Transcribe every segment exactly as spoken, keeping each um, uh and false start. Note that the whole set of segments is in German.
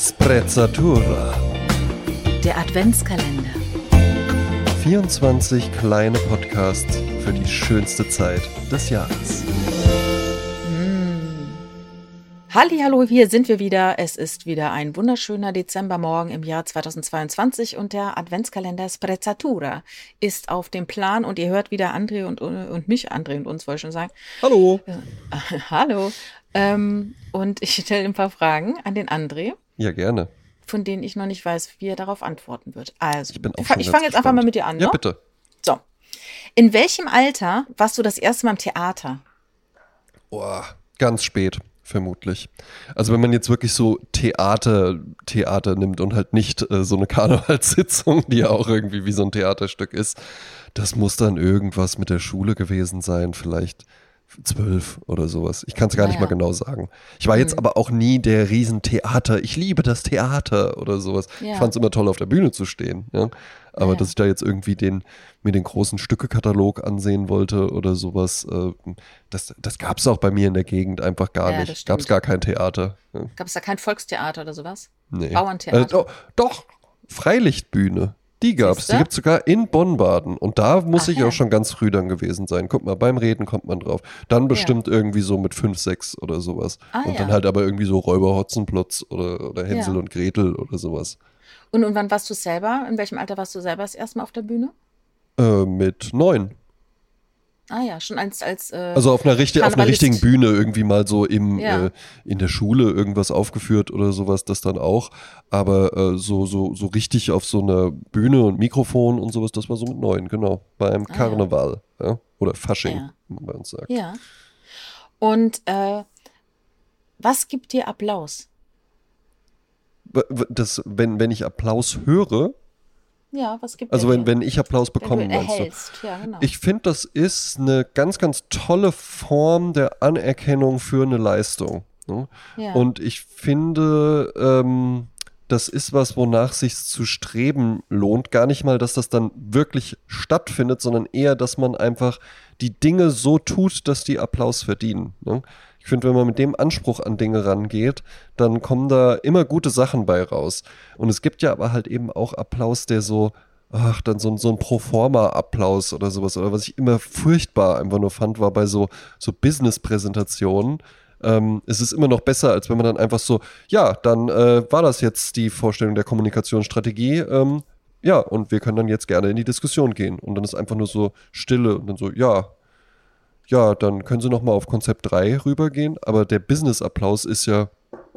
Sprezzatura. Der Adventskalender. vierundzwanzig kleine Podcasts für die schönste Zeit des Jahres. Hallihallo, hier sind wir wieder. Es ist wieder ein wunderschöner Dezembermorgen im Jahr zweitausendzweiundzwanzig und der Adventskalender Sprezzatura ist auf dem Plan und ihr hört wieder André und, und mich, André und uns wollte ich schon sagen. Hallo. Äh, hallo. Ähm, und ich stelle ein paar Fragen an den André. Ja, gerne. Von denen ich noch nicht weiß, wie er darauf antworten wird. Also, ich bin auch ich, schon ich fange jetzt gespannt. einfach mal mit dir an. Ja, ne? bitte. So. In welchem Alter warst du das erste Mal im Theater? Oh, ganz spät. Vermutlich. Also wenn man jetzt wirklich so Theater, Theater nimmt und halt nicht äh, so eine Karnevalssitzung, die ja auch irgendwie wie so ein Theaterstück ist, das muss dann irgendwas mit der Schule gewesen sein, vielleicht zwölf oder sowas. Ich kann es gar Naja. nicht mal genau sagen. Ich war jetzt Mhm. aber auch nie der Riesentheater, ich liebe das Theater oder sowas. Ja. Ich fand es immer toll, auf der Bühne zu stehen. Ja? Aber Ja. dass ich da jetzt irgendwie den, mir den großen Stückekatalog ansehen wollte oder sowas, äh, das, das gab es auch bei mir in der Gegend einfach gar Ja, das nicht. stimmt. Gab es gar kein Theater. Ja. Gab es da kein Volkstheater oder sowas? Nee. Bauerntheater? Äh, doch, doch, Freilichtbühne. Die gab's. Siehste? Die gibt's sogar in Bonn-Baden. Und da muss Ach ich ja. auch schon ganz früh dann gewesen sein. Guck mal, beim Reden kommt man drauf. Dann bestimmt irgendwie so mit fünf, sechs oder sowas. Ah, und dann ja. halt aber irgendwie so Räuber Hotzenplotz oder, oder Hänsel Ja. und Gretel oder sowas. Und, und wann warst du selber? In welchem Alter warst du selber das erste Mal auf der Bühne? Äh, mit neun. Ah ja, schon als, als äh, Also auf einer, richtig, auf einer Karnevalist. richtigen Bühne irgendwie mal so im, Ja. äh, in der Schule irgendwas aufgeführt oder sowas, das dann auch. Aber äh, so, so, so richtig auf so einer Bühne und Mikrofon und sowas, das war so mit neun, genau. Beim Ah, ja. Karneval. Ja? Oder Fasching, Ja. wie man bei uns sagt. Ja. Und äh, was gibt dir Applaus? W- w- Das, wenn, wenn ich Applaus höre, Ja, was gibt also er wenn, dir? wenn ich Applaus Wenn bekomme, du meinst du? erhältst. Ja, genau. Ich finde, das ist eine ganz, ganz tolle Form der Anerkennung für eine Leistung. Ne? ja. Und ich finde, ähm, das ist was, wonach sich zu streben lohnt. Gar nicht mal, dass das dann wirklich stattfindet, sondern eher, dass man einfach die Dinge so tut, dass die Applaus verdienen. Ne? Ich finde, wenn man mit dem Anspruch an Dinge rangeht, dann kommen da immer gute Sachen bei raus. Und es gibt ja aber halt eben auch Applaus, der so, ach, dann so, ein- so ein Proforma-Applaus oder sowas. Oder was ich immer furchtbar einfach nur fand, war bei so, so Business-Präsentationen. Ähm, es ist immer noch besser, als wenn man dann einfach so, ja, dann äh, war das jetzt die Vorstellung der Kommunikationsstrategie. Ähm, ja, und wir können dann jetzt gerne in die Diskussion gehen. Und dann ist einfach nur so Stille und dann so, ja, ja, dann können Sie nochmal auf Konzept drei rübergehen. Aber der Business-Applaus ist ja.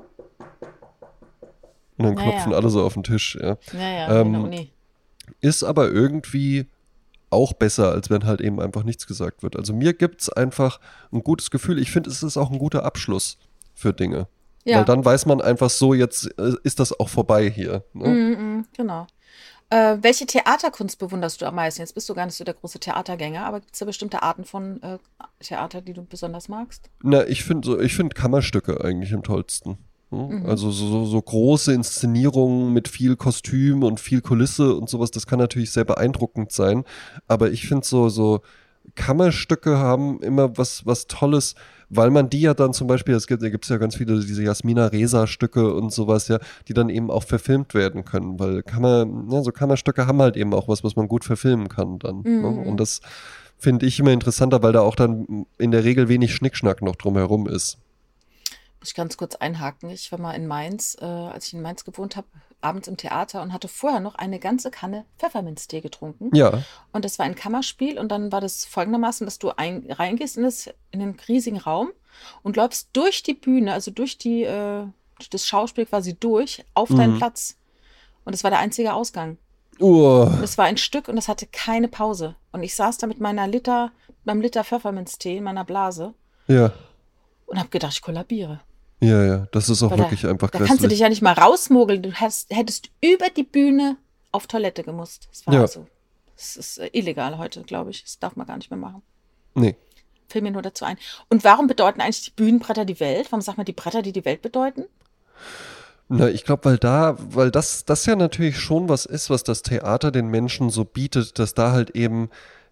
Und dann Naja. klopfen alle so auf den Tisch. Ja. ja, ja, in der ähm, Uni. Ist aber irgendwie auch besser, als wenn halt eben einfach nichts gesagt wird. Also mir gibt es einfach ein gutes Gefühl. Ich finde, es ist auch ein guter Abschluss für Dinge. Ja. Weil dann weiß man einfach so, jetzt äh, ist das auch vorbei hier. Ne? Mhm, mhm, genau. Äh, welche Theaterkunst bewunderst du am meisten? Jetzt bist du gar nicht so der große Theatergänger, aber gibt es da bestimmte Arten von äh, Theater, die du besonders magst? Na, ich finde so, ich finde Kammerstücke eigentlich am tollsten. Hm? Mhm. Also so, so, so große Inszenierungen mit viel Kostüm und viel Kulisse und sowas, das kann natürlich sehr beeindruckend sein. Aber ich finde so, so Kammerstücke haben immer was, was Tolles, weil man die ja dann zum Beispiel, es gibt, da gibt es ja ganz viele diese Jasmina Reza-Stücke und sowas, ja, die dann eben auch verfilmt werden können, weil Kammer, ja, so Kammerstücke haben halt eben auch was, was man gut verfilmen kann dann. Ne? Mhm. Und das finde ich immer interessanter, weil da auch dann in der Regel wenig Schnickschnack noch drumherum ist. Muss ich ganz kurz einhaken. Ich war mal in Mainz, äh, als ich in Mainz gewohnt habe, abends im Theater und hatte vorher noch eine ganze Kanne Pfefferminztee getrunken. Ja, Und das war ein Kammerspiel und dann war das folgendermaßen, dass du ein, reingehst in, das, in den riesigen Raum und läufst durch die Bühne, also durch, die, äh, durch das Schauspiel quasi durch, auf deinen Mhm. Platz. Und das war der einzige Ausgang. uh, Und es war ein Stück und es hatte keine Pause. Und ich saß da mit meiner Liter, meinem Liter Pfefferminztee in meiner Blase ja, und habe gedacht, ich kollabiere. ja, ja, das ist auch Weil wirklich da, einfach da kannst du dich grässlich. ja nicht mal rausmogeln. Du hast, hättest über die Bühne auf Toilette gemusst. Das war Ja. also, das ist äh, illegal heute, glaube ich. Das darf man gar nicht mehr machen. Nee. Fiel mir nur dazu ein. Und warum bedeuten eigentlich die Bühnenbretter die Welt? Warum sagt man die Bretter, die die Welt bedeuten? Na, ich glaube, weil da, weil das, das ja natürlich schon was ist, was das Theater den Menschen so bietet, dass da halt eben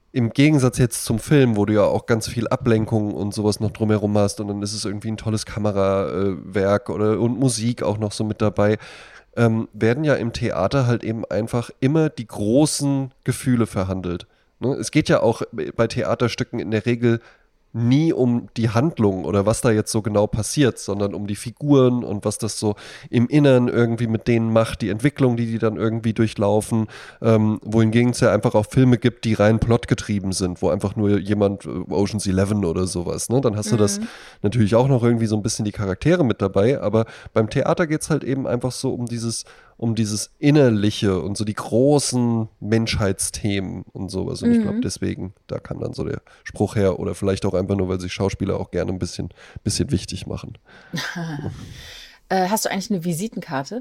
im Gegensatz jetzt zum Film, wo du ja auch ganz viel Ablenkung und sowas noch drumherum hast und dann ist es irgendwie ein tolles Kamerawerk oder und Musik auch noch so mit dabei, ähm, werden ja im Theater halt eben einfach immer die großen Gefühle verhandelt. Ne? Es geht ja auch bei Theaterstücken in der Regel nie um die Handlung oder was da jetzt so genau passiert, sondern um die Figuren und was das so im Inneren irgendwie mit denen macht, die Entwicklung, die die dann irgendwie durchlaufen, ähm, wohingegen es ja einfach auch Filme gibt, die rein plotgetrieben sind, wo einfach nur jemand, äh, Ocean's Eleven oder sowas, ne? Dann hast mhm. du das natürlich auch noch irgendwie so ein bisschen die Charaktere mit dabei, aber beim Theater geht es halt eben einfach so um dieses um dieses Innerliche und so die großen Menschheitsthemen und sowas. Und mhm. ich glaube, deswegen, da kann dann so der Spruch her oder vielleicht auch einfach nur, weil sich Schauspieler auch gerne ein bisschen, bisschen wichtig machen. äh, hast du eigentlich eine Visitenkarte?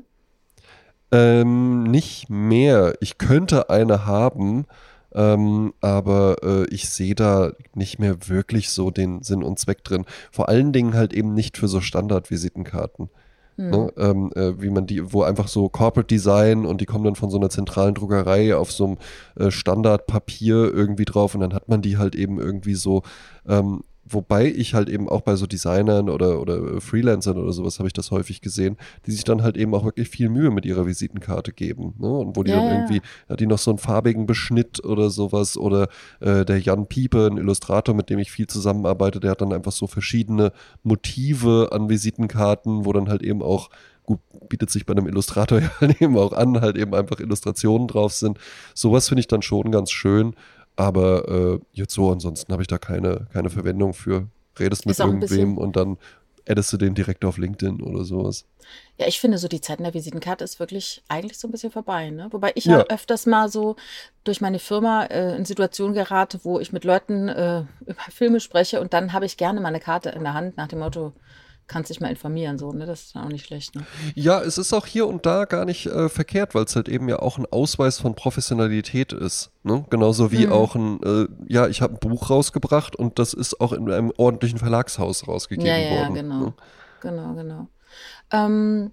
Ähm, nicht mehr. Ich könnte eine haben, ähm, aber äh, ich sehe da nicht mehr wirklich so den Sinn und Zweck drin. Vor allen Dingen halt eben nicht für so Standard-Visitenkarten. Hm. Ne, ähm, äh, wie man die, wo einfach so Corporate Design und die kommen dann von so einer zentralen Druckerei auf so einem äh, Standardpapier irgendwie drauf und dann hat man die halt eben irgendwie so, ähm, wobei ich halt eben auch bei so Designern oder, oder Freelancern oder sowas habe ich das häufig gesehen, die sich dann halt eben auch wirklich viel Mühe mit ihrer Visitenkarte geben. Ne? Und wo die ja, dann irgendwie, hat die noch so einen farbigen Beschnitt oder sowas oder äh, der Jan Piepe, ein Illustrator, mit dem ich viel zusammenarbeite, der hat dann einfach so verschiedene Motive an Visitenkarten, wo dann halt eben auch gut, bietet sich bei einem Illustrator ja halt eben auch an, halt eben einfach Illustrationen drauf sind. Sowas finde ich dann schon ganz schön. Aber äh, jetzt so, ansonsten habe ich da keine, keine Verwendung für. Redest mit irgendwem und dann addest du den direkt auf LinkedIn oder sowas. Ja, ich finde so, die Zeit in der Visitenkarte ist wirklich eigentlich so ein bisschen vorbei, ne? Wobei ich ja, ja öfters mal so durch meine Firma äh, in Situationen gerate, wo ich mit Leuten äh, über Filme spreche und dann habe ich gerne mal eine Karte in der Hand nach dem Motto, kannst dich mal informieren, so, ne? Das ist auch nicht schlecht, ne? Ja, es ist auch hier und da gar nicht äh, verkehrt, weil es halt eben ja auch ein Ausweis von Professionalität ist, ne? Genauso wie mhm. auch ein, äh, ja, ich habe ein Buch rausgebracht und das ist auch in einem ordentlichen Verlagshaus rausgegeben ja, ja, worden. Ja, genau, ne? genau, genau. Ähm,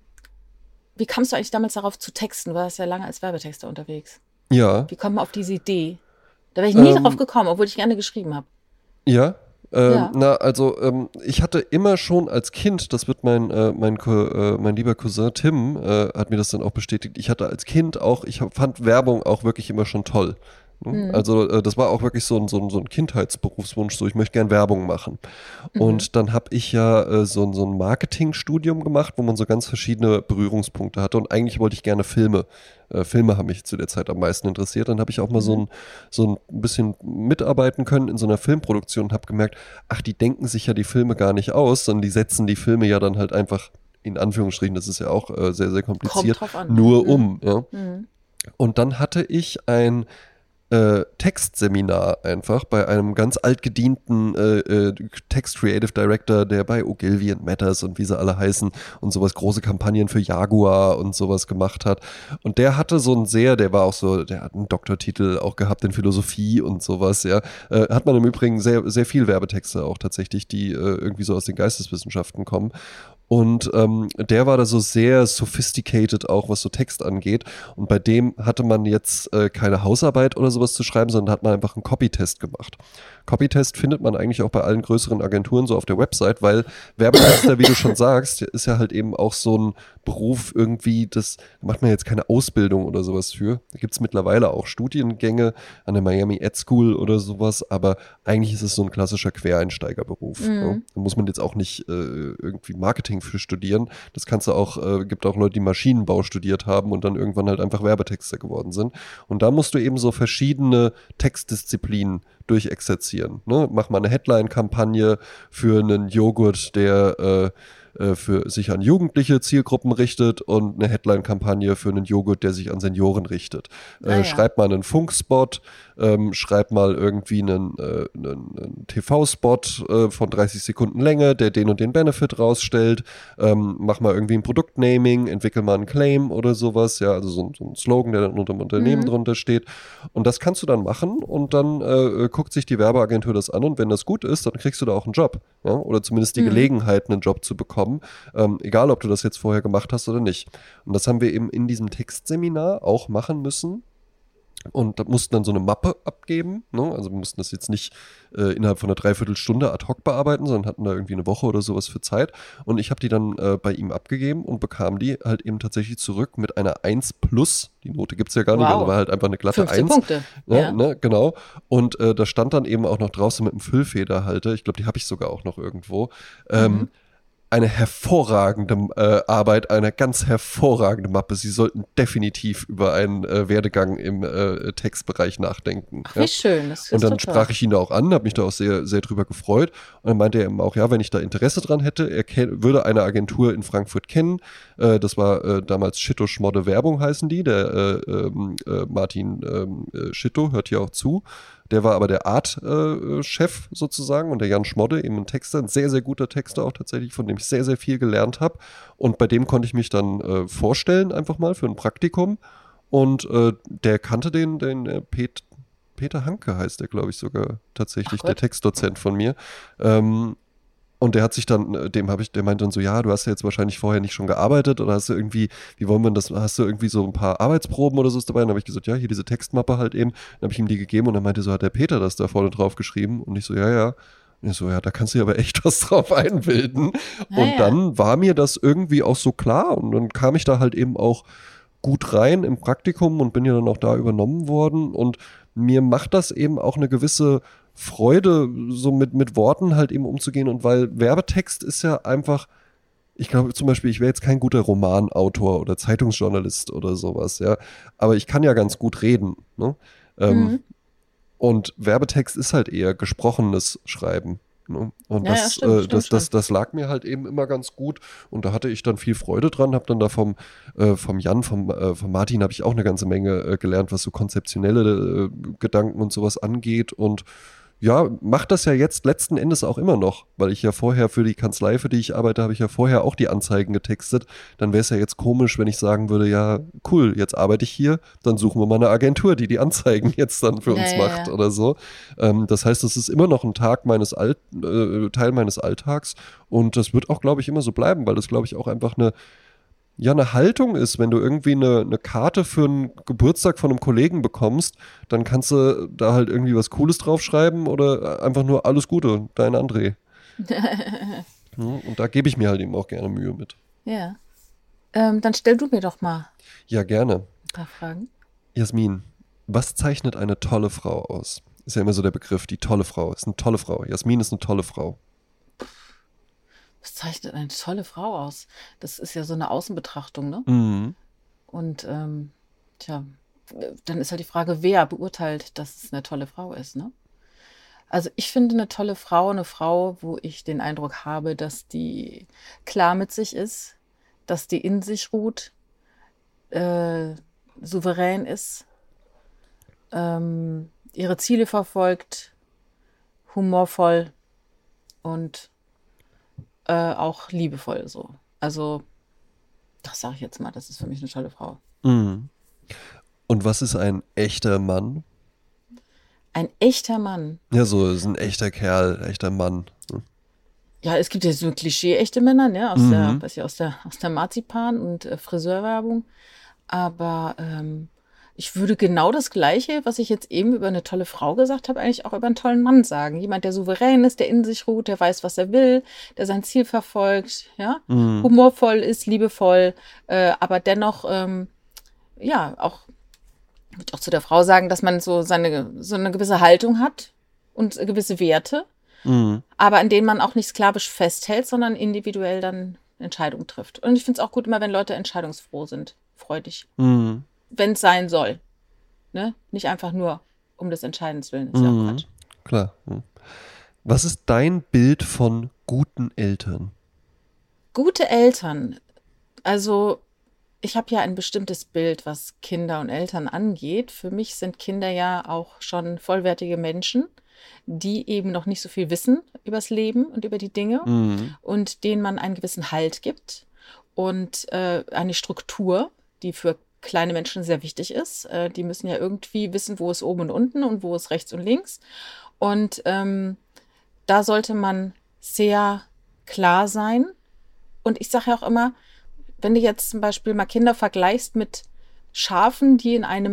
wie kamst du eigentlich damals darauf zu texten? Du warst ja lange als Werbetexter unterwegs. Ja. Wie kommt man auf diese Idee? Da wäre ich nie ähm, drauf gekommen, obwohl ich gerne geschrieben habe. Ja. Ähm, ja. Na, also ähm, ich hatte immer schon als Kind, das wird mein, äh, mein, äh, mein lieber Cousin Tim, äh, hat mir das dann auch bestätigt, ich hatte als Kind auch, ich fand Werbung auch wirklich immer schon toll. Mhm. Also äh, das war auch wirklich so ein, so ein, so ein Kindheitsberufswunsch, so ich möchte gern Werbung machen. Mhm. Und dann habe ich ja äh, so, so ein Marketingstudium gemacht, wo man so ganz verschiedene Berührungspunkte hatte und eigentlich wollte ich gerne Filme. Äh, Filme haben mich zu der Zeit am meisten interessiert. Dann habe ich auch mal mhm. so, ein, so ein bisschen mitarbeiten können in so einer Filmproduktion und habe gemerkt, ach, die denken sich ja die Filme gar nicht aus, sondern die setzen die Filme ja dann halt einfach, in Anführungsstrichen, das ist ja auch äh, sehr, sehr kompliziert, an, nur ne? um. Ja. Mhm. Und dann hatte ich ein Äh, Textseminar einfach bei einem ganz altgedienten äh, äh, Text-Creative Director, der bei Ogilvy and Matters und wie sie alle heißen und sowas, große Kampagnen für Jaguar und sowas gemacht hat. Und der hatte so ein sehr, der war auch so, der hat einen Doktortitel auch gehabt in Philosophie und sowas, ja. Äh, hat man im Übrigen sehr, sehr viel Werbetexte auch tatsächlich, die äh, irgendwie so aus den Geisteswissenschaften kommen. Und ähm, der war da so sehr sophisticated auch, was so Text angeht. Und bei dem hatte man jetzt äh, keine Hausarbeit oder sowas zu schreiben, sondern hat man einfach einen Copytest gemacht. Copytest findet man eigentlich auch bei allen größeren Agenturen so auf der Website, weil Werbetexter, wie du schon sagst, ist ja halt eben auch so ein Beruf irgendwie, das macht man jetzt keine Ausbildung oder sowas für. Da gibt es mittlerweile auch Studiengänge an der Miami Ad School oder sowas, aber eigentlich ist es so ein klassischer Quereinsteigerberuf. Mhm. Ne? Da muss man jetzt auch nicht äh, irgendwie Marketing für studieren. Das kannst du auch, äh, gibt auch Leute, die Maschinenbau studiert haben und dann irgendwann halt einfach Werbetexter geworden sind. Und da musst du eben so verschiedene Textdisziplinen durchexerzieren. Ne? Mach mal eine Headline-Kampagne für einen Joghurt, der äh, für sich an jugendliche Zielgruppen richtet und eine Headline-Kampagne für einen Joghurt, der sich an Senioren richtet. Ah, äh, ja. Schreib mal einen Funkspot, ähm, schreib mal irgendwie einen, äh, einen, einen T V-Spot äh, von dreißig Sekunden Länge, der den und den Benefit rausstellt. Ähm, mach mal irgendwie ein Produktnaming, entwickel mal einen Claim oder sowas. Ja, also so, so ein Slogan, der dann unter dem Unternehmen mhm. drunter steht. Und das kannst du dann machen und dann äh, guckt sich die Werbeagentur das an und wenn das gut ist, dann kriegst du da auch einen Job. Ja? Oder zumindest die mhm. Gelegenheit, einen Job zu bekommen. Ähm, egal, ob du das jetzt vorher gemacht hast oder nicht. Und das haben wir eben in diesem Textseminar auch machen müssen. Und da mussten dann so eine Mappe abgeben, ne? Also wir mussten das jetzt nicht äh, innerhalb von einer Dreiviertelstunde ad hoc bearbeiten, sondern hatten da irgendwie eine Woche oder sowas für Zeit. Und ich habe die dann äh, bei ihm abgegeben und bekam die halt eben tatsächlich zurück mit einer eins plus. Die Note gibt es ja gar nicht, Wow. also war halt einfach eine glatte fünfzehn eins. Punkte. Ne, Ja. ne, genau. Und äh, da stand dann eben auch noch draußen mit einem Füllfederhalter, ich glaube, die habe ich sogar auch noch irgendwo, ähm, Mhm. eine hervorragende äh, Arbeit, eine ganz hervorragende Mappe. Sie sollten definitiv über einen äh, Werdegang im äh, Textbereich nachdenken. Ach, Ja? wie schön. Das ist Und dann doch sprach toll. ich ihn da auch an, habe mich da auch sehr, sehr drüber gefreut. Und dann meinte er eben auch, ja, wenn ich da Interesse dran hätte, er kenn, würde eine Agentur in Frankfurt kennen. Äh, das war äh, damals Schitto Schmodde Werbung heißen die. Der äh, ähm, äh, Martin ähm, äh, Schitto hört hier auch zu. Der war aber der Art-Chef äh, sozusagen und der Jan Schmodde, eben ein Texter, ein sehr, sehr guter Texter auch tatsächlich, von dem ich sehr, sehr viel gelernt habe. Und bei dem konnte ich mich dann äh, vorstellen, einfach mal für ein Praktikum. Und äh, der kannte den, den äh, Pet, Peter Hanke heißt der, glaube ich, sogar tatsächlich, Ach der Gott. Textdozent von mir. Ähm, und der hat sich dann, äh, dem habe ich, der meinte dann so, ja, du hast ja jetzt wahrscheinlich vorher nicht schon gearbeitet oder hast du irgendwie, wie wollen wir das, hast du irgendwie so ein paar Arbeitsproben oder so dabei? Und dann habe ich gesagt, ja, hier diese Textmappe halt eben. Dann habe ich ihm die gegeben und dann meinte so, hat der Peter das da vorne drauf geschrieben? Und ich so, ja, ja. Und ich so, ja, da kannst du ja aber echt was drauf einbilden. Ja, Und ja. dann war mir das irgendwie auch so klar und dann kam ich da halt eben auch gut rein im Praktikum und bin ja dann auch da übernommen worden und mir macht das eben auch eine gewisse Freude, so mit, mit Worten halt eben umzugehen und weil Werbetext ist ja einfach, ich glaube zum Beispiel, ich wäre jetzt kein guter Romanautor oder Zeitungsjournalist oder sowas, ja, aber ich kann ja ganz gut reden, ne? Ähm, Mhm. und Werbetext ist halt eher gesprochenes Schreiben. Ne? Und Ja, ja, das, stimmt, äh, stimmt das, das, schon. das lag mir halt eben immer ganz gut. Und da hatte ich dann viel Freude dran. Habe dann da vom, äh, vom Jan, vom, äh, vom Martin habe ich auch eine ganze Menge äh, gelernt, was so konzeptionelle äh, Gedanken und sowas angeht. Und ja, macht das ja jetzt letzten Endes auch immer noch, weil ich ja vorher für die Kanzlei, für die ich arbeite, habe ich ja vorher auch die Anzeigen getextet. Dann wäre es ja jetzt komisch, wenn ich sagen würde, ja, cool, jetzt arbeite ich hier, dann suchen wir mal eine Agentur, die die Anzeigen jetzt dann für Ja, uns ja, macht ja. oder so. Ähm, das heißt, das ist immer noch ein Tag meines Alt, äh, Teil meines Alltags und das wird auch, glaube ich, immer so bleiben, weil das, glaube ich, auch einfach eine ja, eine Haltung ist, wenn du irgendwie eine, eine Karte für einen Geburtstag von einem Kollegen bekommst, dann kannst du da halt irgendwie was Cooles draufschreiben oder einfach nur alles Gute, dein André. Ja, und da gebe ich mir halt eben auch gerne Mühe mit. Ja. Ähm, dann stell du mir doch mal Ja, gerne. ein paar Fragen. Jasmin, was zeichnet eine tolle Frau aus? Ist ja immer so der Begriff, die tolle Frau. Ist eine tolle Frau. Jasmin ist eine tolle Frau. Was zeichnet eine tolle Frau aus? Das ist ja so eine Außenbetrachtung, ne? Mhm. Und ähm, tja, dann ist halt die Frage, wer beurteilt, dass es eine tolle Frau ist, ne? Also ich finde eine tolle Frau, eine Frau, wo ich den Eindruck habe, dass die klar mit sich ist, dass die in sich ruht, äh, souverän ist, ähm, ihre Ziele verfolgt, humorvoll und äh, auch liebevoll so. Also das sage ich jetzt mal, das ist für mich eine tolle Frau. Mhm. Und was ist ein echter Mann? Ein echter Mann. Ja, so ist ein echter Kerl, echter Mann. Ja, es gibt ja so Klischee-echte Männer, ne, aus der, Mhm. weiß ich, aus der, aus der Marzipan- und äh, Friseurwerbung. Aber ähm, ich würde genau das Gleiche, was ich jetzt eben über eine tolle Frau gesagt habe, eigentlich auch über einen tollen Mann sagen. Jemand, der souverän ist, der in sich ruht, der weiß, was er will, der sein Ziel verfolgt, ja, Mhm. humorvoll ist, liebevoll, äh, aber dennoch, ähm, ja, auch, würde ich auch zu der Frau sagen, dass man so seine, so eine gewisse Haltung hat und gewisse Werte, Mhm. aber an denen man auch nicht sklavisch festhält, sondern individuell dann Entscheidungen trifft. Und ich finde es auch gut immer, wenn Leute entscheidungsfroh sind, freudig, Mhm. wenn es sein soll. Ne? Nicht einfach nur um des Entscheidens willen, ist ja auch Mhm. Quatsch. Klar. Mhm. Was ist dein Bild von guten Eltern? Gute Eltern, also ich habe ja ein bestimmtes Bild, was Kinder und Eltern angeht. Für mich sind Kinder ja auch schon vollwertige Menschen, die eben noch nicht so viel wissen übers Leben und über die Dinge Mhm. und denen man einen gewissen Halt gibt und äh, eine Struktur, die für kleine Menschen sehr wichtig ist. Äh, die müssen ja irgendwie wissen, wo ist oben und unten und wo ist rechts und links. Und ähm, da sollte man sehr klar sein. Und ich sage ja auch immer, wenn du jetzt zum Beispiel mal Kinder vergleichst mit Schafen, die in einem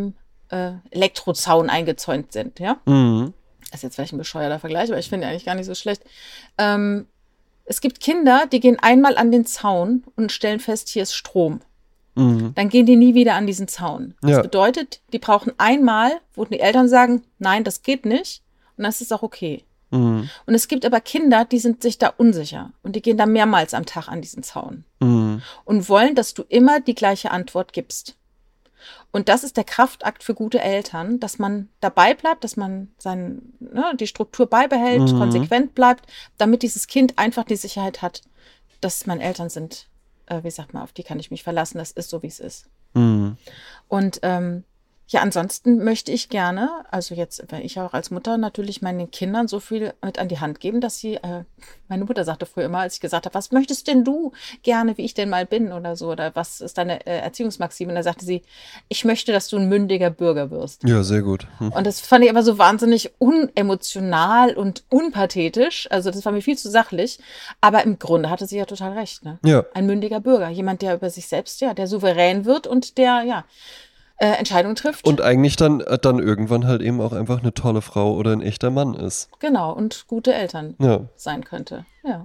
äh, Elektrozaun eingezäunt sind, ja. Mhm. Das ist jetzt vielleicht ein bescheuerter Vergleich, aber ich finde eigentlich gar nicht so schlecht. Ähm, es gibt Kinder, die gehen einmal an den Zaun und stellen fest, hier ist Strom. Mhm. Dann gehen die nie wieder an diesen Zaun. Das Ja. bedeutet, die brauchen einmal, wo die Eltern sagen, nein, das geht nicht. Und das ist auch okay. Mhm. Und es gibt aber Kinder, die sind sich da unsicher. Und die gehen da mehrmals am Tag an diesen Zaun. Mhm. Und wollen, dass du immer die gleiche Antwort gibst. Und das ist der Kraftakt für gute Eltern, dass man dabei bleibt, dass man sein, ne, die Struktur beibehält, Mhm. konsequent bleibt, damit dieses Kind einfach die Sicherheit hat, dass meine Eltern sind, äh, wie sagt man, auf die kann ich mich verlassen, das ist so, wie es ist. Mhm. Und ähm, ja, ansonsten möchte ich gerne, also jetzt, wenn ich auch als Mutter natürlich meinen Kindern so viel mit an die Hand geben, dass sie, äh, meine Mutter sagte früher immer, als ich gesagt habe, was möchtest denn du gerne, wie ich denn mal bin oder so, oder was ist deine äh, Erziehungsmaxime? Und da sagte sie, ich möchte, dass du ein mündiger Bürger wirst. Ja, sehr gut. Hm. Und das fand ich aber so wahnsinnig unemotional und unpathetisch, also das war mir viel zu sachlich, aber im Grunde hatte sie ja total recht, ne? Ja. Ein mündiger Bürger, jemand, der über sich selbst, ja, der souverän wird und der, ja, Äh, Entscheidungen trifft. Und eigentlich dann, äh, dann irgendwann halt eben auch einfach eine tolle Frau oder ein echter Mann ist. Genau, und gute Eltern Ja. sein könnte. Ja.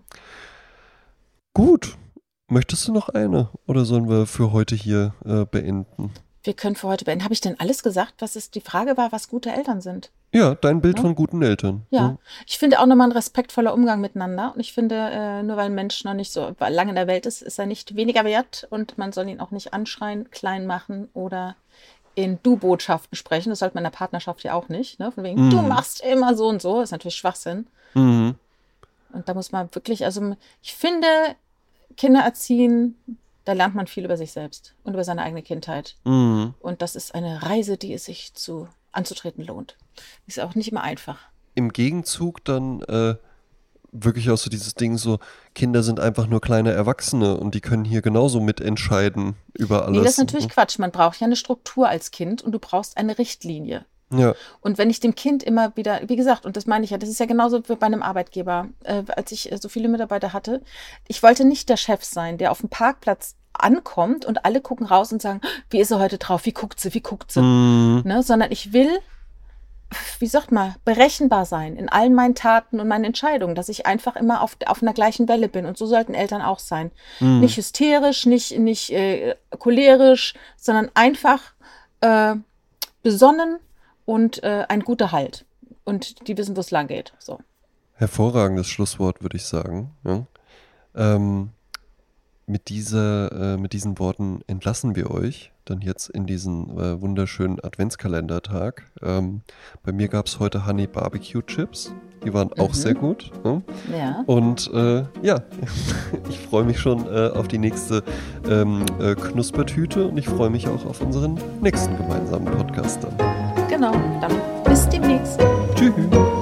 Gut. Möchtest du noch eine? Oder sollen wir für heute hier äh, beenden? Wir können für heute beenden. Habe ich denn alles gesagt? Was ist die Frage war, was gute Eltern sind? Ja, dein Bild Ja. von guten Eltern. Ja, Hm. ich finde auch nochmal ein respektvoller Umgang miteinander. Und ich finde, äh, nur weil ein Mensch noch nicht so lange in der Welt ist, ist er nicht weniger wert. Und man soll ihn auch nicht anschreien, klein machen oder in Du-Botschaften sprechen. Das sollte man in der Partnerschaft ja auch nicht. Ne? Von wegen, Mhm. du machst immer so und so. Das ist natürlich Schwachsinn. Mhm. Und da muss man wirklich, also ich finde, Kinder erziehen, da lernt man viel über sich selbst und über seine eigene Kindheit. Mhm. Und das ist eine Reise, die es sich zu anzutreten lohnt. Ist auch nicht immer einfach. Im Gegenzug dann äh, wirklich auch so dieses Ding so, Kinder sind einfach nur kleine Erwachsene und die können hier genauso mitentscheiden über alles. Nee, das ist natürlich Quatsch. Man braucht ja eine Struktur als Kind und du brauchst eine Richtlinie. Ja. Und wenn ich dem Kind immer wieder, wie gesagt, und das meine ich ja, das ist ja genauso wie bei einem Arbeitgeber, äh, als ich äh, so viele Mitarbeiter hatte, ich wollte nicht der Chef sein, der auf dem Parkplatz ankommt und alle gucken raus und sagen, wie ist sie heute drauf, wie guckt sie, wie guckt sie, Mhm. ne? Sondern ich will, wie sagt man, berechenbar sein in allen meinen Taten und meinen Entscheidungen, dass ich einfach immer auf, auf einer gleichen Welle bin. Und so sollten Eltern auch sein. Mhm. Nicht hysterisch, nicht, nicht äh, cholerisch, sondern einfach äh, besonnen und äh, ein guter Halt. Und die wissen, wo es lang geht. So. Hervorragendes Schlusswort, würde ich sagen. Ja. Ähm, mit, dieser, äh, mit diesen Worten entlassen wir euch dann jetzt in diesen äh, wunderschönen Adventskalendertag. Ähm, bei mir gab es heute Honey Barbecue Chips. Die waren auch Mhm. sehr gut. Ja. Ja. Und äh, ja, ich freue mich schon äh, auf die nächste ähm, äh, Knuspertüte und ich freue mich auch auf unseren nächsten gemeinsamen Podcast dann. Genau. Dann bis demnächst. Tschüss.